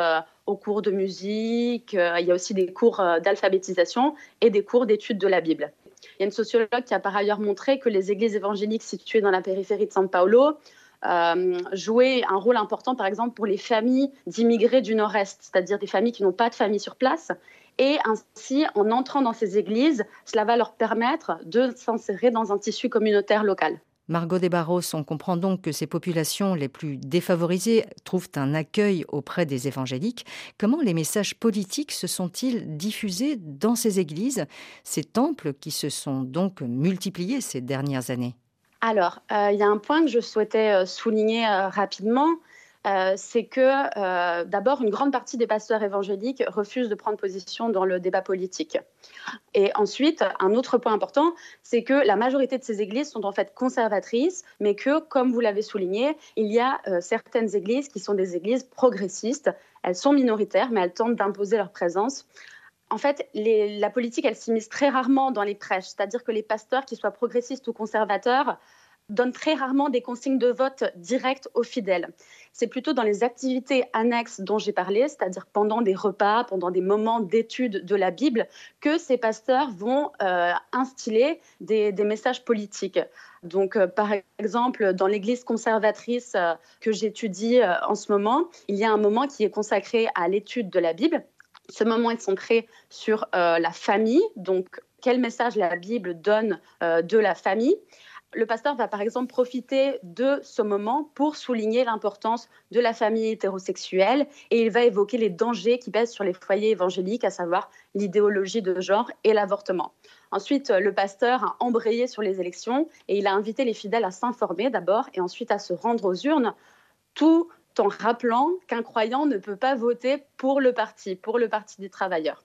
aux cours de musique, euh, il y a aussi des cours euh, d'alphabétisation et des cours d'études de la Bible. Il y a une sociologue qui a par ailleurs montré que les églises évangéliques situées dans la périphérie de São Paulo euh, jouaient un rôle important, par exemple, pour les familles d'immigrés du Nord-Est, c'est-à-dire des familles qui n'ont pas de famille sur place. Et ainsi, en entrant dans ces églises, cela va leur permettre de s'insérer dans un tissu communautaire local. Margot Desbarros, on comprend donc que ces populations les plus défavorisées trouvent un accueil auprès des évangéliques. Comment les messages politiques se sont-ils diffusés dans ces églises, ces temples qui se sont donc multipliés ces dernières années ? Alors, euh, il y a un point que je souhaitais euh, souligner euh, rapidement. Euh, c'est que, euh, d'abord, une grande partie des pasteurs évangéliques refusent de prendre position dans le débat politique. Et ensuite, un autre point important, c'est que la majorité de ces églises sont en fait conservatrices, mais que, comme vous l'avez souligné, il y a euh, certaines églises qui sont des églises progressistes. Elles sont minoritaires, mais elles tentent d'imposer leur présence. En fait, les, la politique, elle s'immisce très rarement dans les prêches, c'est-à-dire que les pasteurs, qu'ils soient progressistes ou conservateurs, donnent très rarement des consignes de vote directes aux fidèles. C'est plutôt dans les activités annexes dont j'ai parlé, c'est-à-dire pendant des repas, pendant des moments d'étude de la Bible, que ces pasteurs vont euh, instiller des, des messages politiques. Donc, euh, par exemple, dans l'église conservatrice euh, que j'étudie euh, en ce moment, il y a un moment qui est consacré à l'étude de la Bible. Ce moment est centré sur euh, la famille, donc quel message la Bible donne euh, de la famille. Le pasteur va par exemple profiter de ce moment pour souligner l'importance de la famille hétérosexuelle et il va évoquer les dangers qui pèsent sur les foyers évangéliques, à savoir l'idéologie de genre et l'avortement. Ensuite, le pasteur a embrayé sur les élections et il a invité les fidèles à s'informer d'abord et ensuite à se rendre aux urnes, tout en rappelant qu'un croyant ne peut pas voter pour le parti, pour le Parti des travailleurs.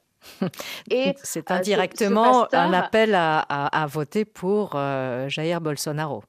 Et c'est indirectement euh, ce, ce pasteur, un appel à, à, à voter pour euh, Jair Bolsonaro.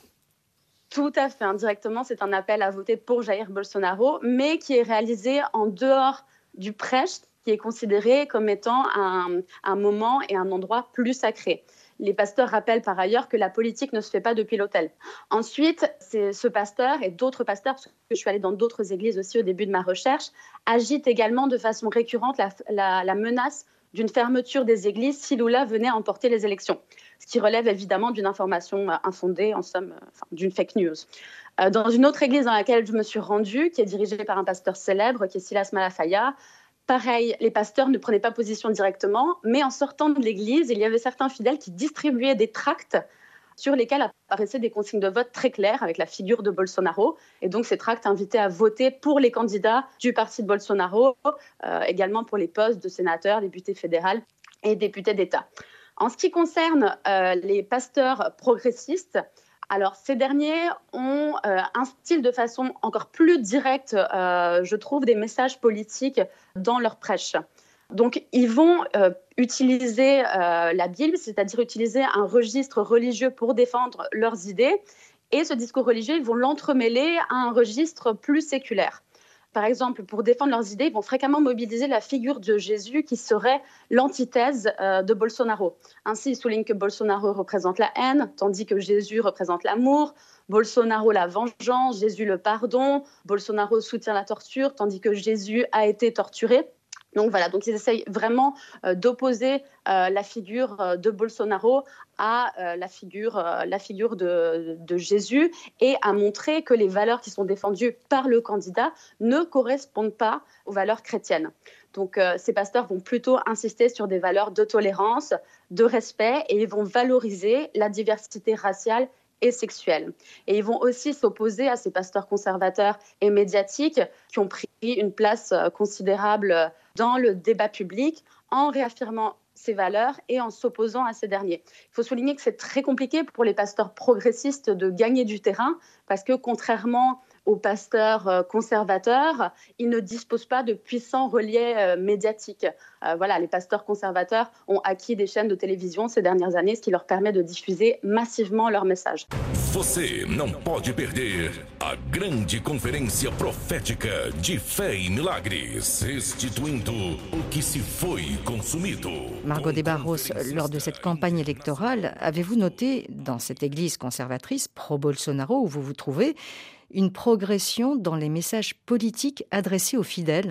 Tout à fait, indirectement, c'est un appel à voter pour Jair Bolsonaro, mais qui est réalisé en dehors du prêche, qui est considéré comme étant un, un moment et un endroit plus sacré. Les pasteurs rappellent par ailleurs que la politique ne se fait pas depuis l'autel. Ensuite, c'est ce pasteur et d'autres pasteurs, parce que je suis allée dans d'autres églises aussi au début de ma recherche, agitent également de façon récurrente la, la, la menace d'une fermeture des églises si Lula venait à emporter les élections. Ce qui relève évidemment d'une information infondée, en somme, enfin, d'une fake news. Euh, dans une autre église dans laquelle je me suis rendue, qui est dirigée par un pasteur célèbre, qui est Silas Malafaia, pareil, les pasteurs ne prenaient pas position directement, mais en sortant de l'église, il y avait certains fidèles qui distribuaient des tracts sur lesquels apparaissaient des consignes de vote très claires avec la figure de Bolsonaro. Et donc, ces tracts invitaient à voter pour les candidats du parti de Bolsonaro, euh, également pour les postes de sénateurs, députés fédéraux et députés d'État. En ce qui concerne euh, les pasteurs progressistes, alors, ces derniers ont euh, instillent de façon encore plus directe, euh, je trouve, des messages politiques dans leur prêche. Donc, ils vont euh, utiliser euh, la Bible, c'est-à-dire utiliser un registre religieux pour défendre leurs idées. Et ce discours religieux, ils vont l'entremêler à un registre plus séculaire. Par exemple, pour défendre leurs idées, ils vont fréquemment mobiliser la figure de Jésus qui serait l'antithèse euh, de Bolsonaro. Ainsi, ils soulignent que Bolsonaro représente la haine, tandis que Jésus représente l'amour. Bolsonaro la vengeance, Jésus le pardon. Bolsonaro soutient la torture, tandis que Jésus a été torturé. Donc voilà, donc ils essayent vraiment euh, d'opposer euh, la figure euh, de Bolsonaro à euh, la figure, euh, la figure de, de Jésus et à montrer que les valeurs qui sont défendues par le candidat ne correspondent pas aux valeurs chrétiennes. Donc euh, ces pasteurs vont plutôt insister sur des valeurs de tolérance, de respect et ils vont valoriser la diversité raciale et sexuelle. Et ils vont aussi s'opposer à ces pasteurs conservateurs et médiatiques qui ont pris une place considérable dans le débat public en réaffirmant ces valeurs et en s'opposant à ces derniers. Il faut souligner que c'est très compliqué pour les pasteurs progressistes de gagner du terrain parce que contrairement aux pasteurs conservateurs, ils ne disposent pas de puissants relais médiatiques. Euh, voilà, les pasteurs conservateurs ont acquis des chaînes de télévision ces dernières années, ce qui leur permet de diffuser massivement leurs messages. Você não pode perder a grande conferência profética de fé e milagres, restituindo o que se foi consumido. Margot Desbarros, lors de cette campagne électorale, avez-vous noté dans cette église conservatrice pro-Bolsonaro où vous vous trouvez une progression dans les messages politiques adressés aux fidèles ?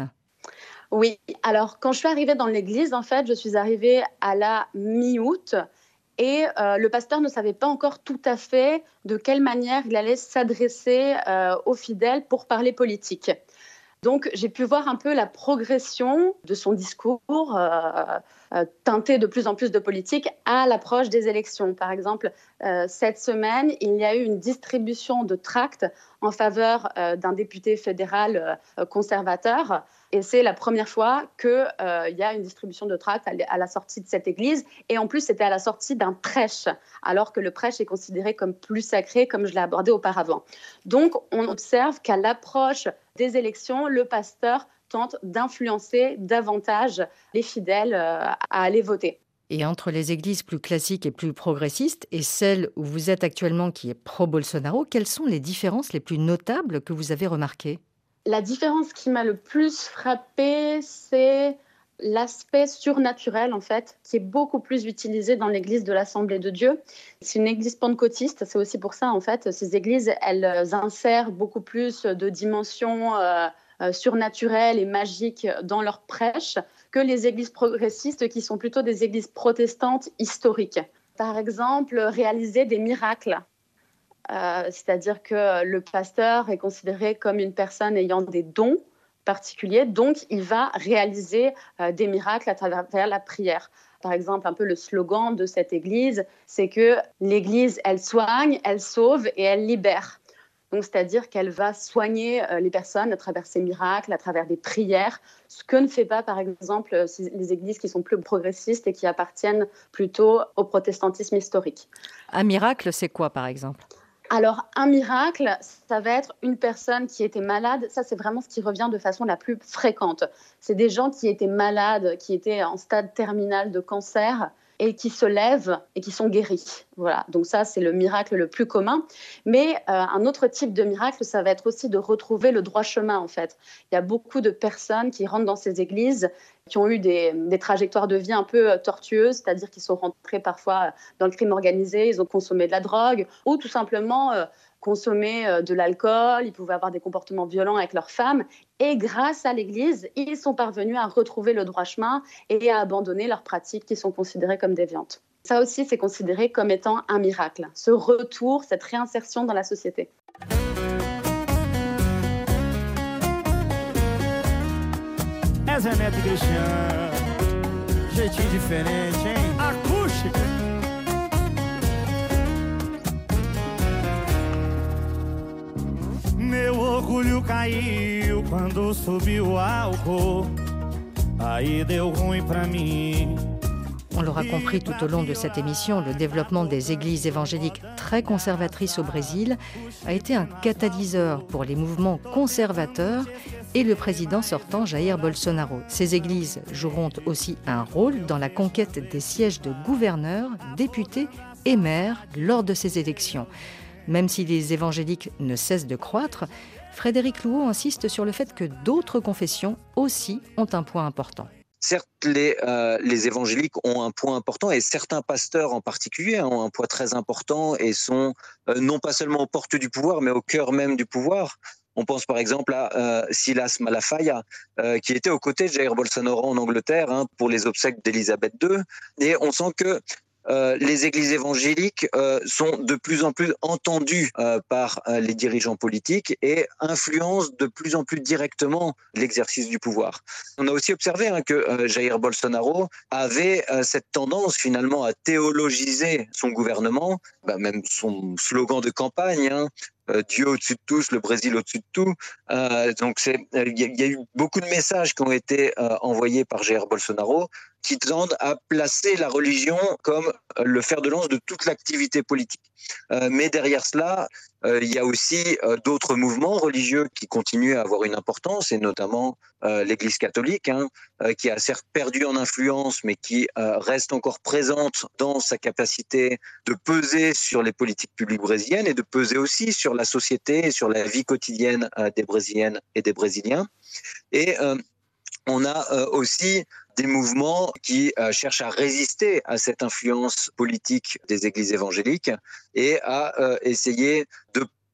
Oui, alors quand je suis arrivée dans l'église, en fait, je suis arrivée à la mi-août et euh, le pasteur ne savait pas encore tout à fait de quelle manière il allait s'adresser euh, aux fidèles pour parler politique. Donc, j'ai pu voir un peu la progression de son discours euh, euh, teinté de plus en plus de politique à l'approche des élections. Par exemple, euh, cette semaine, il y a eu une distribution de tracts en faveur euh, d'un député fédéral euh, conservateur. Et c'est la première fois qu'il euh, y a une distribution de tracts à, à la sortie de cette église. Et en plus, c'était à la sortie d'un prêche, alors que le prêche est considéré comme plus sacré, comme je l'ai abordé auparavant. Donc, on observe qu'à l'approche des élections, le pasteur tente d'influencer davantage les fidèles euh, à aller voter. Et entre les églises plus classiques et plus progressistes et celle où vous êtes actuellement qui est pro-Bolsonaro, quelles sont les différences les plus notables que vous avez remarquées ? La différence qui m'a le plus frappée, c'est l'aspect surnaturel, en fait, qui est beaucoup plus utilisé dans l'église de l'Assemblée de Dieu. C'est une église pentecôtiste, c'est aussi pour ça, en fait, ces églises, elles insèrent beaucoup plus de dimensions euh, euh, surnaturelles et magiques dans leurs prêches que les églises progressistes, qui sont plutôt des églises protestantes historiques. Par exemple, réaliser des miracles. Euh, c'est-à-dire que le pasteur est considéré comme une personne ayant des dons particuliers, donc il va réaliser euh, des miracles à travers la prière. Par exemple, un peu le slogan de cette église, c'est que l'église, elle soigne, elle sauve et elle libère. Donc, c'est-à-dire qu'elle va soigner euh, les personnes à travers ses miracles, à travers des prières, ce que ne fait pas, par exemple, les églises qui sont plus progressistes et qui appartiennent plutôt au protestantisme historique. Un miracle, c'est quoi, par exemple ? Alors, un miracle, ça va être une personne qui était malade. Ça, c'est vraiment ce qui revient de façon la plus fréquente. C'est des gens qui étaient malades, qui étaient en stade terminal de cancer et qui se lèvent et qui sont guéris. Voilà. Donc ça, c'est le miracle le plus commun. Mais euh, un autre type de miracle, ça va être aussi de retrouver le droit chemin, en fait. Il y a beaucoup de personnes qui rentrent dans ces églises qui ont eu des, des trajectoires de vie un peu tortueuses, c'est-à-dire qu'ils sont rentrés parfois dans le crime organisé, ils ont consommé de la drogue, ou tout simplement euh, consommé euh, de l'alcool, ils pouvaient avoir des comportements violents avec leurs femmes. Et grâce à l'Église, ils sont parvenus à retrouver le droit chemin et à abandonner leurs pratiques qui sont considérées comme déviantes. Ça aussi, c'est considéré comme étant un miracle, ce retour, cette réinsertion dans la société. É Zé Neto e Cristiano, jeitinho diferente, hein? Acústica. Meu orgulho caiu quando subiu o álcool, aí deu ruim pra mim. On l'aura compris tout au long de cette émission, le développement des églises évangéliques très conservatrices au Brésil a été un catalyseur pour les mouvements conservateurs et le président sortant Jair Bolsonaro. Ces églises joueront aussi un rôle dans la conquête des sièges de gouverneurs, députés et maires lors de ces élections. Même si les évangéliques ne cessent de croître, Frédéric Louot insiste sur le fait que d'autres confessions aussi ont un point important. Certes, les, euh, les évangéliques ont un point important et certains pasteurs en particulier ont un poids très important et sont euh, non pas seulement aux portes du pouvoir, mais au cœur même du pouvoir. On pense par exemple à euh, Silas Malafaia, euh, qui était aux côtés de Jair Bolsonaro en Angleterre hein, pour les obsèques d'Élisabeth deux. Et on sent que Euh, les églises évangéliques euh, sont de plus en plus entendues euh, par euh, les dirigeants politiques et influencent de plus en plus directement l'exercice du pouvoir. On a aussi observé hein, que euh, Jair Bolsonaro avait euh, cette tendance finalement à théologiser son gouvernement, bah, même son slogan de campagne, hein, Euh, Dieu au-dessus de tous, le Brésil au-dessus de tout. Euh, donc c'est, il y, y a eu beaucoup de messages qui ont été euh, envoyés par Jair Bolsonaro qui tendent à placer la religion comme euh, le fer de lance de toute l'activité politique. Euh, mais derrière cela, euh, il y a aussi euh, d'autres mouvements religieux qui continuent à avoir une importance, et notamment euh, l'Église catholique, hein, euh, qui a certes perdu en influence, mais qui euh, reste encore présente dans sa capacité de peser sur les politiques publiques brésiliennes et de peser aussi sur la société et sur la vie quotidienne euh, des Brésiliennes et des Brésiliens. Et euh, on a euh, aussi des mouvements qui euh, cherchent à résister à cette influence politique des églises évangéliques et à euh, essayer de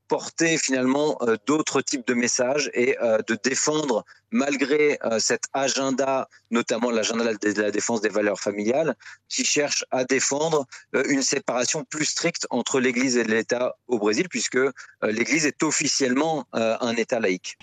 porter finalement euh, d'autres types de messages et euh, de défendre, malgré euh, cet agenda, notamment l'agenda de la défense des valeurs familiales, qui cherche à défendre euh, une séparation plus stricte entre l'Église et l'État au Brésil, puisque euh, l'Église est officiellement euh, un État laïque.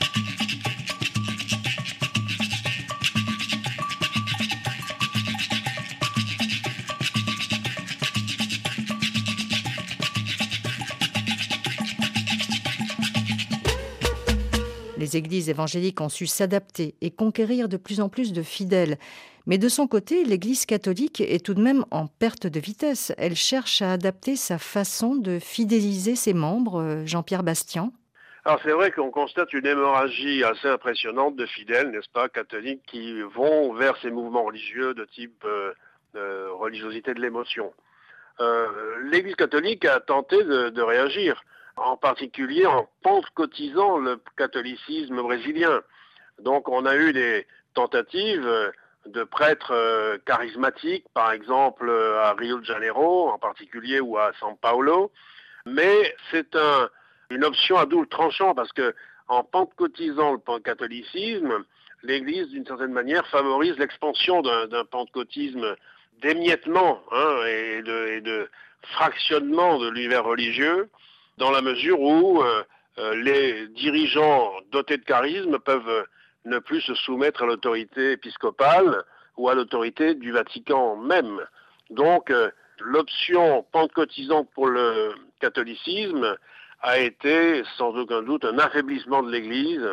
Les églises évangéliques ont su s'adapter et conquérir de plus en plus de fidèles. Mais de son côté, l'Église catholique est tout de même en perte de vitesse. Elle cherche à adapter sa façon de fidéliser ses membres, Jean-Pierre Bastian. Alors c'est vrai qu'on constate une hémorragie assez impressionnante de fidèles, n'est-ce pas, catholiques, qui vont vers ces mouvements religieux de type euh, euh, religiosité de l'émotion. Euh, L'Église catholique a tenté de, de réagir, en particulier en pentecôtisant le catholicisme brésilien. Donc on a eu des tentatives de prêtres charismatiques, par exemple à Rio de Janeiro en particulier ou à São Paulo, mais c'est un, une option à double tranchant parce que en pentecôtisant le catholicisme, l'Église d'une certaine manière favorise l'expansion d'un, d'un pentecôtisme d'émiettement hein, et, de, et de fractionnement de l'univers religieux, dans la mesure où euh, euh, les dirigeants dotés de charisme peuvent euh, ne plus se soumettre à l'autorité épiscopale ou à l'autorité du Vatican même. Donc euh, l'option pentecôtisante pour le catholicisme a été sans aucun doute un affaiblissement de l'Église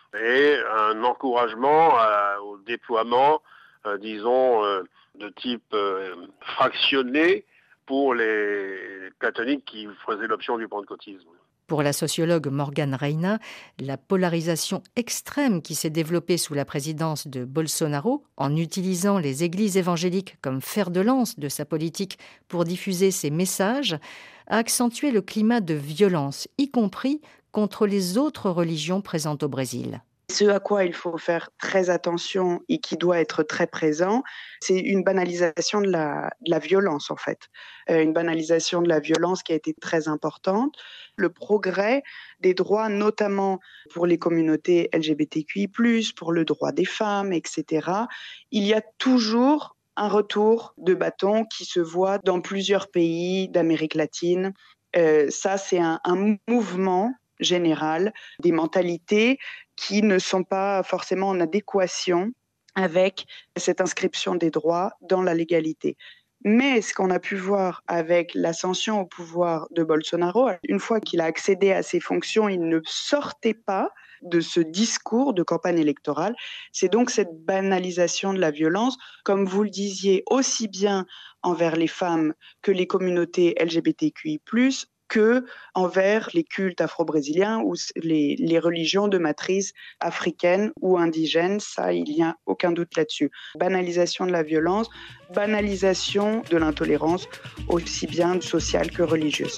et un encouragement à, au déploiement, euh, disons, euh, de type euh, fractionné pour les catholiques qui faisaient l'option du pentecôtisme. Pour la sociologue Morgane Reyna, la polarisation extrême qui s'est développée sous la présidence de Bolsonaro, en utilisant les églises évangéliques comme fer de lance de sa politique pour diffuser ses messages, a accentué le climat de violence, y compris contre les autres religions présentes au Brésil. Ce à quoi il faut faire très attention et qui doit être très présent, c'est une banalisation de la, de la violence en fait. Euh, une banalisation de la violence qui a été très importante. Le progrès des droits, notamment pour les communautés L G B T Q I plus, pour le droit des femmes, et cetera. Il y a toujours un retour de bâton qui se voit dans plusieurs pays d'Amérique latine. Euh, ça, c'est un, un mouvement général des mentalités qui ne sont pas forcément en adéquation avec cette inscription des droits dans la légalité. Mais ce qu'on a pu voir avec l'ascension au pouvoir de Bolsonaro, une fois qu'il a accédé à ses fonctions, il ne sortait pas de ce discours de campagne électorale. C'est donc cette banalisation de la violence, comme vous le disiez, aussi bien envers les femmes que les communautés L G B T Q I plus, que envers les cultes afro-brésiliens ou les, les religions de matrice africaine ou indigène. Ça, il n'y a aucun doute là-dessus. Banalisation de la violence, banalisation de l'intolérance, aussi bien sociale que religieuse.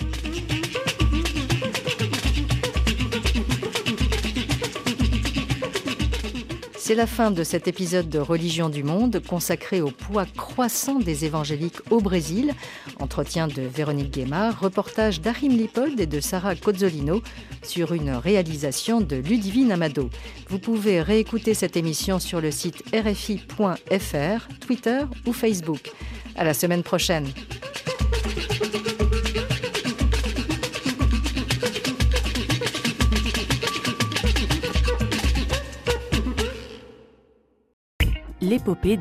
C'est la fin de cet épisode de Religion du Monde consacré au poids croissant des évangéliques au Brésil. Entretien de Véronique Guémard, reportage d'Achim Lippold et de Sarah Cozzolino sur une réalisation de Ludivine Amado. Vous pouvez réécouter cette émission sur le site R F I point F R, Twitter ou Facebook. À la semaine prochaine. L'épopée